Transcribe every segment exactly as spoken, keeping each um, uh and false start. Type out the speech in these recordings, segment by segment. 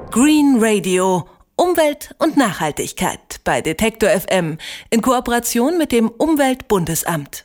Green Radio. Umwelt und Nachhaltigkeit bei Detektor F M in Kooperation mit dem Umweltbundesamt.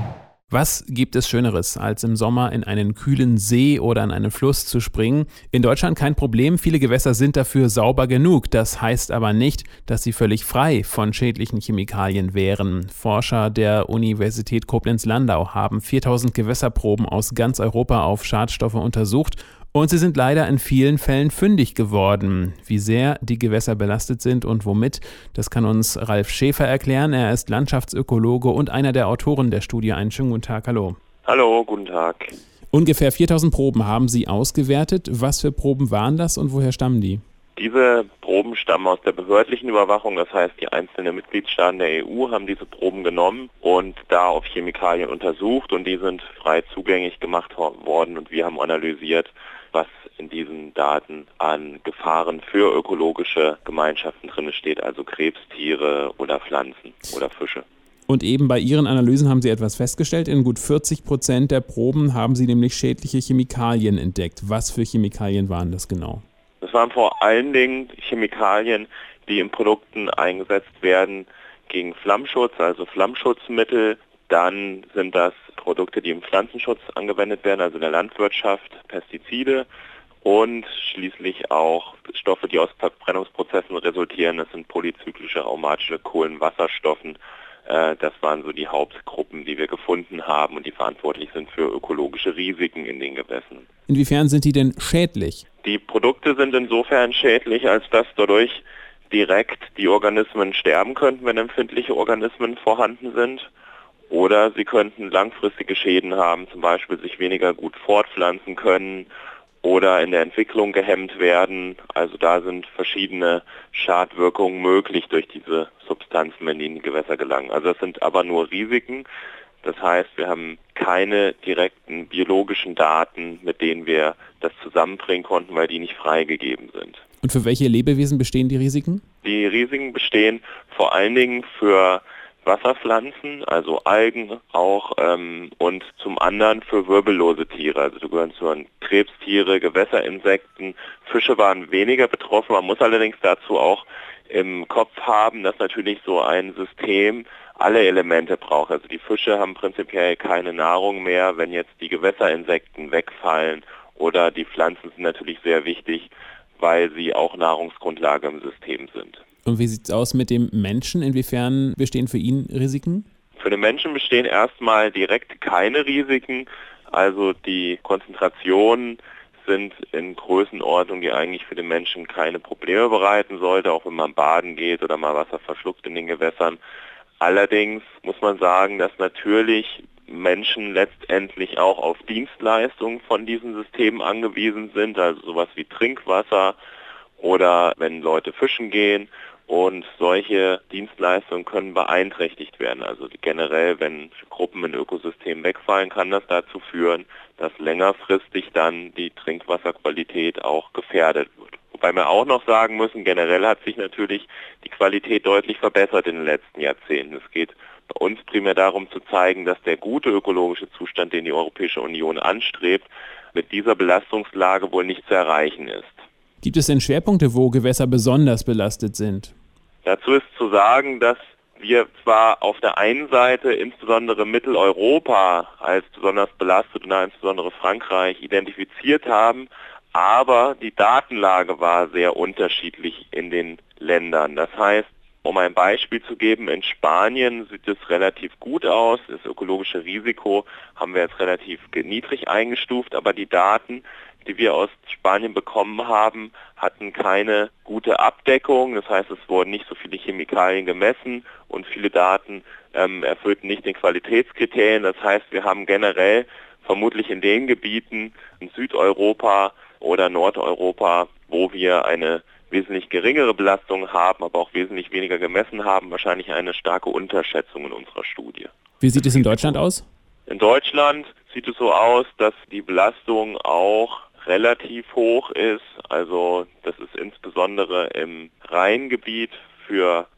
Was gibt es Schöneres, als im Sommer in einen kühlen See oder in einen Fluss zu springen? In Deutschland kein Problem, viele Gewässer sind dafür sauber genug. Das heißt aber nicht, dass sie völlig frei von schädlichen Chemikalien wären. Forscher der Universität Koblenz-Landau haben viertausend Gewässerproben aus ganz Europa auf Schadstoffe untersucht. Und sie sind leider in vielen Fällen fündig geworden. Wie sehr die Gewässer belastet sind und womit, das kann uns Ralf Schäfer erklären. Er ist Landschaftsökologe und einer der Autoren der Studie. Einen schönen guten Tag, hallo. Hallo, guten Tag. Ungefähr viertausend Proben haben Sie ausgewertet. Was für Proben waren das und woher stammen die? Diese Proben stammen aus der behördlichen Überwachung, das heißt, die einzelnen Mitgliedstaaten der E U haben diese Proben genommen und da auf Chemikalien untersucht und die sind frei zugänglich gemacht worden und wir haben analysiert, was in diesen Daten an Gefahren für ökologische Gemeinschaften drin steht, also Krebstiere oder Pflanzen oder Fische. Und eben bei Ihren Analysen haben Sie etwas festgestellt. In gut vierzig Prozent der Proben haben Sie nämlich schädliche Chemikalien entdeckt. Was für Chemikalien waren das genau? Das waren vor allen Dingen Chemikalien, die in Produkten eingesetzt werden gegen Flammschutz, also Flammschutzmittel. Dann sind das Produkte, die im Pflanzenschutz angewendet werden, also in der Landwirtschaft, Pestizide und schließlich auch Stoffe, die aus Verbrennungsprozessen resultieren. Das sind polyzyklische aromatische Kohlenwasserstoffen. Das waren so die Hauptgruppen, die wir gefunden haben und die verantwortlich sind für ökologische Risiken in den Gewässern. Inwiefern sind die denn schädlich? Die Produkte sind insofern schädlich, als dass dadurch direkt die Organismen sterben könnten, wenn empfindliche Organismen vorhanden sind. Oder sie könnten langfristige Schäden haben, zum Beispiel sich weniger gut fortpflanzen können oder in der Entwicklung gehemmt werden. Also da sind verschiedene Schadwirkungen möglich durch diese Substanzen, wenn die in die Gewässer gelangen. Also das sind aber nur Risiken. Das heißt, wir haben keine direkten biologischen Daten, mit denen wir das zusammenbringen konnten, weil die nicht freigegeben sind. Und für welche Lebewesen bestehen die Risiken? Die Risiken bestehen vor allen Dingen für Wasserpflanzen, also Algen auch ähm, und zum anderen für wirbellose Tiere. Also da gehören zu Krebstiere, Gewässerinsekten. Fische waren weniger betroffen. Man muss allerdings dazu auch im Kopf haben, dass natürlich so ein System alle Elemente braucht. Also die Fische haben prinzipiell keine Nahrung mehr, wenn jetzt die Gewässerinsekten wegfallen, oder die Pflanzen sind natürlich sehr wichtig, weil sie auch Nahrungsgrundlage im System sind. Und wie sieht es aus mit dem Menschen? Inwiefern bestehen für ihn Risiken? Für den Menschen bestehen erstmal direkt keine Risiken. Also die Konzentrationen sind in Größenordnung, die eigentlich für den Menschen keine Probleme bereiten sollte, auch wenn man baden geht oder mal Wasser verschluckt in den Gewässern. Allerdings muss man sagen, dass natürlich Menschen letztendlich auch auf Dienstleistungen von diesen Systemen angewiesen sind, also sowas wie Trinkwasser oder wenn Leute fischen gehen. Und solche Dienstleistungen können beeinträchtigt werden. Also generell, wenn Gruppen in Ökosystemen wegfallen, kann das dazu führen, dass längerfristig dann die Trinkwasserqualität auch gefährdet wird. Wobei wir auch noch sagen müssen, generell hat sich natürlich die Qualität deutlich verbessert in den letzten Jahrzehnten. Es geht bei uns primär darum zu zeigen, dass der gute ökologische Zustand, den die Europäische Union anstrebt, mit dieser Belastungslage wohl nicht zu erreichen ist. Gibt es denn Schwerpunkte, wo Gewässer besonders belastet sind? Dazu ist zu sagen, dass wir zwar auf der einen Seite insbesondere Mitteleuropa als besonders belastet und insbesondere Frankreich identifiziert haben, aber die Datenlage war sehr unterschiedlich in den Ländern. Das heißt, um ein Beispiel zu geben, in Spanien sieht es relativ gut aus. Das ökologische Risiko haben wir jetzt relativ niedrig eingestuft, aber die Daten, die wir aus Spanien bekommen haben, hatten keine gute Abdeckung. Das heißt, es wurden nicht so viele Chemikalien gemessen und viele Daten ähm, erfüllten nicht den Qualitätskriterien. Das heißt, wir haben generell vermutlich in den Gebieten in Südeuropa oder Nordeuropa, wo wir eine wesentlich geringere Belastung haben, aber auch wesentlich weniger gemessen haben, wahrscheinlich eine starke Unterschätzung in unserer Studie. Wie sieht es in Deutschland aus? In Deutschland sieht es so aus, dass die Belastung auch relativ hoch ist. Also das ist insbesondere im Rheingebiet für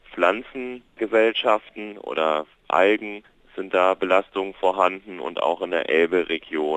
Pflanzengesellschaften oder Algen sind da Belastungen vorhanden und auch in der Elbe-Region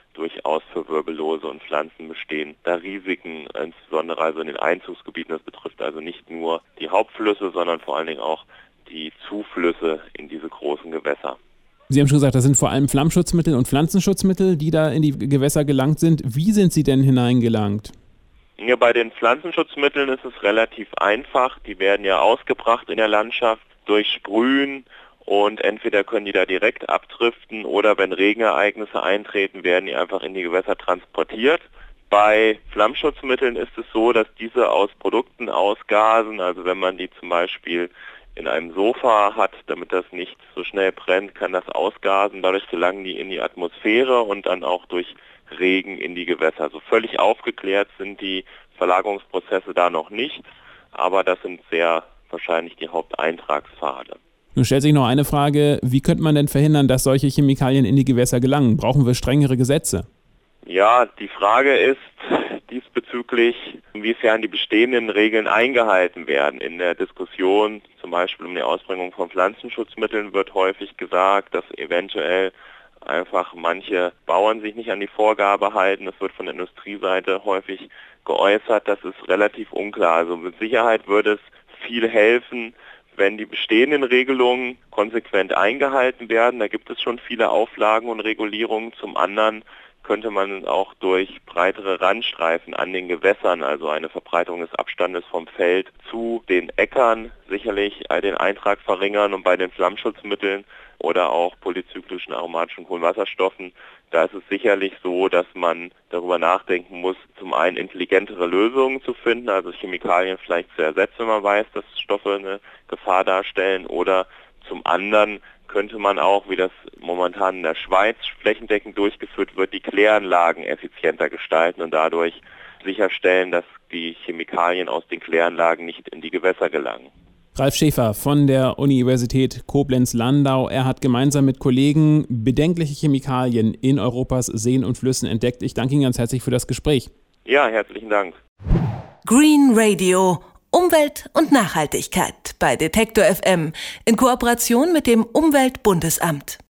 durchaus für Wirbellose und Pflanzen bestehen da Risiken, insbesondere also in den Einzugsgebieten. Das betrifft also nicht nur die Hauptflüsse, sondern vor allen Dingen auch die Zuflüsse in diese großen Gewässer. Sie haben schon gesagt, das sind vor allem Flammschutzmittel und Pflanzenschutzmittel, die da in die Gewässer gelangt sind. Wie sind sie denn hineingelangt? Ja, bei den Pflanzenschutzmitteln ist es relativ einfach. Die werden ja ausgebracht in der Landschaft durch Sprühen und entweder können die da direkt abdriften oder wenn Regenereignisse eintreten, werden die einfach in die Gewässer transportiert. Bei Flammschutzmitteln ist es so, dass diese aus Produkten ausgasen, also wenn man die zum Beispiel in einem Sofa hat, damit das nicht so schnell brennt, kann das ausgasen. Dadurch gelangen die in die Atmosphäre und dann auch durch Regen in die Gewässer. Also völlig aufgeklärt sind die Verlagerungsprozesse da noch nicht, aber das sind sehr wahrscheinlich die Haupteintragspfade. Nun stellt sich noch eine Frage, wie könnte man denn verhindern, dass solche Chemikalien in die Gewässer gelangen? Brauchen wir strengere Gesetze? Ja, die Frage ist diesbezüglich, inwiefern die bestehenden Regeln eingehalten werden. In der Diskussion zum Beispiel um die Ausbringung von Pflanzenschutzmitteln wird häufig gesagt, dass eventuell einfach manche Bauern sich nicht an die Vorgabe halten. Es wird von der Industrieseite häufig geäußert, das ist relativ unklar. Also mit Sicherheit würde es viel helfen, wenn die bestehenden Regelungen konsequent eingehalten werden. Da gibt es schon viele Auflagen und Regulierungen. Zum anderen könnte man auch durch breitere Randstreifen an den Gewässern, also eine Verbreitung des Abstandes vom Feld zu den Äckern, sicherlich den Eintrag verringern. Und bei den Flammschutzmitteln oder auch polyzyklischen aromatischen Kohlenwasserstoffen, da ist es sicherlich so, dass man darüber nachdenken muss, zum einen intelligentere Lösungen zu finden, also Chemikalien vielleicht zu ersetzen, wenn man weiß, dass Stoffe eine Gefahr darstellen, oder zum anderen könnte man auch, wie das momentan in der Schweiz flächendeckend durchgeführt wird, die Kläranlagen effizienter gestalten und dadurch sicherstellen, dass die Chemikalien aus den Kläranlagen nicht in die Gewässer gelangen. Ralf Schäfer von der Universität Koblenz-Landau. Er hat gemeinsam mit Kollegen bedenkliche Chemikalien in Europas Seen und Flüssen entdeckt. Ich danke Ihnen ganz herzlich für das Gespräch. Ja, herzlichen Dank. Green Radio. Umwelt und Nachhaltigkeit bei Detektor F M in Kooperation mit dem Umweltbundesamt.